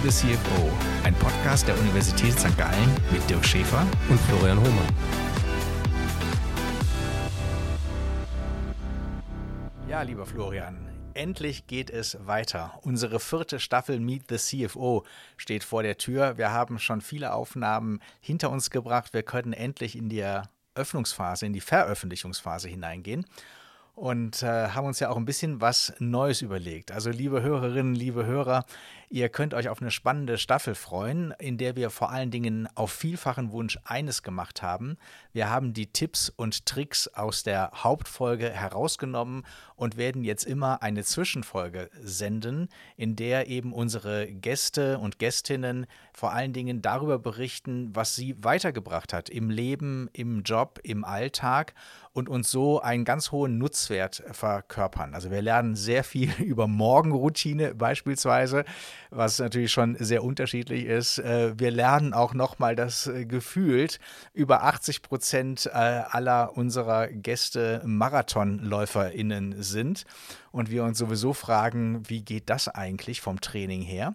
the CFO, ein Podcast der Universität St. Gallen mit Dirk Schäfer und Florian Hohmann. Ja, lieber Florian, endlich geht es weiter. Unsere 4. Staffel Meet the CFO steht vor der Tür. Wir haben schon viele Aufnahmen hinter uns gebracht. Wir können endlich in die Öffnungsphase, in die Veröffentlichungsphase hineingehen. Und haben uns ja auch ein bisschen was Neues überlegt. Also liebe Hörerinnen, liebe Hörer, ihr könnt euch auf eine spannende Staffel freuen, in der wir vor allen Dingen auf vielfachen Wunsch eines gemacht haben. Wir haben die Tipps und Tricks aus der Hauptfolge herausgenommen und werden jetzt immer eine Zwischenfolge senden, in der eben unsere Gäste und Gästinnen vor allen Dingen darüber berichten, was sie weitergebracht hat im Leben, im Job, im Alltag und uns so einen ganz hohen Nutzwert verkörpern. Also wir lernen sehr viel über Morgenroutine beispielsweise, was natürlich schon sehr unterschiedlich ist. Wir lernen auch nochmal, dass gefühlt über 80% aller unserer Gäste MarathonläuferInnen sind und wir uns sowieso fragen, wie geht das eigentlich vom Training her?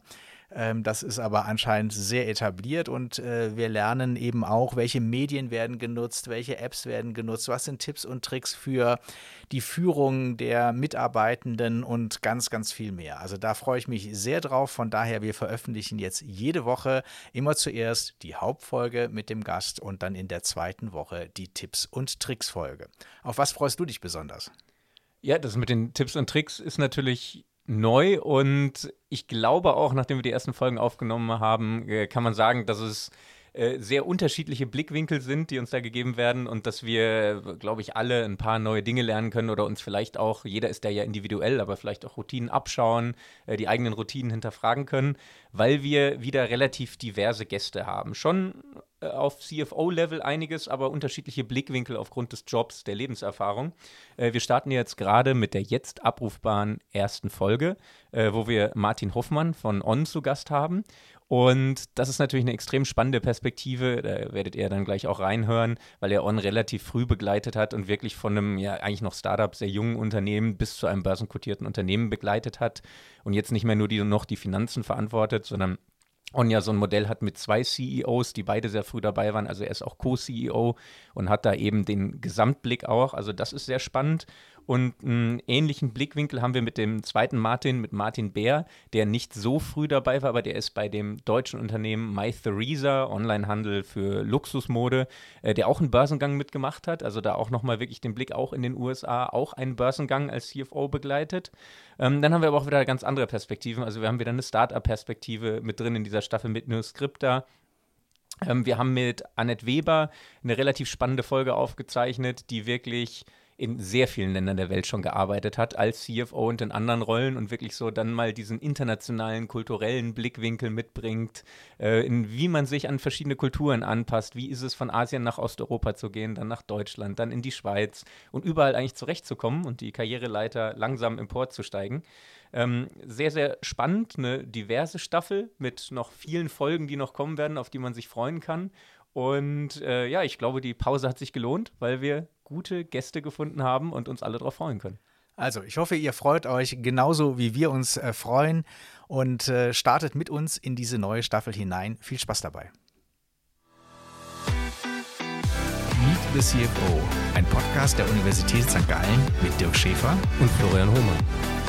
Das ist aber anscheinend sehr etabliert und wir lernen eben auch, welche Medien werden genutzt, welche Apps werden genutzt, was sind Tipps und Tricks für die Führung der Mitarbeitenden und ganz, ganz viel mehr. Also da freue ich mich sehr drauf. Von daher, wir veröffentlichen jetzt jede Woche immer zuerst die Hauptfolge mit dem Gast und dann in der zweiten Woche die Tipps- und Tricks-Folge. Auf was freust du dich besonders? Ja, das mit den Tipps und Tricks ist natürlich neu und ich glaube auch, nachdem wir die ersten Folgen aufgenommen haben, kann man sagen, dass es sehr unterschiedliche Blickwinkel sind, die uns da gegeben werden und dass wir, glaube ich, alle ein paar neue Dinge lernen können oder uns vielleicht auch, jeder ist da ja individuell, aber vielleicht auch Routinen abschauen, die eigenen Routinen hinterfragen können, weil wir wieder relativ diverse Gäste haben. Schon auf CFO-Level einiges, aber unterschiedliche Blickwinkel aufgrund des Jobs, der Lebenserfahrung. Wir starten jetzt gerade mit der jetzt abrufbaren ersten Folge, wo wir Martin Hoffmann von On zu Gast haben. Und das ist natürlich eine extrem spannende Perspektive, da werdet ihr dann gleich auch reinhören, weil er On relativ früh begleitet hat und wirklich von einem ja eigentlich noch Startup, sehr jungen Unternehmen bis zu einem börsenkotierten Unternehmen begleitet hat und jetzt nicht mehr nur die Finanzen verantwortet, sondern On ja so ein Modell hat mit 2 CEOs, die beide sehr früh dabei waren, also er ist auch Co-CEO und hat da eben den Gesamtblick auch, also das ist sehr spannend. Und einen ähnlichen Blickwinkel haben wir mit dem zweiten Martin, mit Martin Bär, der nicht so früh dabei war, aber der ist bei dem deutschen Unternehmen Mytheresa, Onlinehandel für Luxusmode, der auch einen Börsengang mitgemacht hat, also da auch nochmal wirklich den Blick auch in den USA, auch einen Börsengang als CFO begleitet. Dann haben wir aber auch wieder ganz andere Perspektiven, also wir haben wieder eine Start-up-Perspektive mit drin in dieser Staffel mit NewScripta. Wir haben mit Annette Weber eine relativ spannende Folge aufgezeichnet, die wirklich in sehr vielen Ländern der Welt schon gearbeitet hat, als CFO und in anderen Rollen und wirklich so dann mal diesen internationalen, kulturellen Blickwinkel mitbringt, wie man sich an verschiedene Kulturen anpasst, wie ist es von Asien nach Osteuropa zu gehen, dann nach Deutschland, dann in die Schweiz und überall eigentlich zurechtzukommen und die Karriereleiter langsam emporzusteigen. Sehr, sehr spannend, eine diverse Staffel mit noch vielen Folgen, die noch kommen werden, auf die man sich freuen kann. Und ja, ich glaube, die Pause hat sich gelohnt, weil wir gute Gäste gefunden haben und uns alle darauf freuen können. Also, ich hoffe, ihr freut euch genauso, wie wir uns freuen und startet mit uns in diese neue Staffel hinein. Viel Spaß dabei. Meet the CFO, ein Podcast der Universität St. Gallen mit Dirk Schäfer und Florian Hohmann.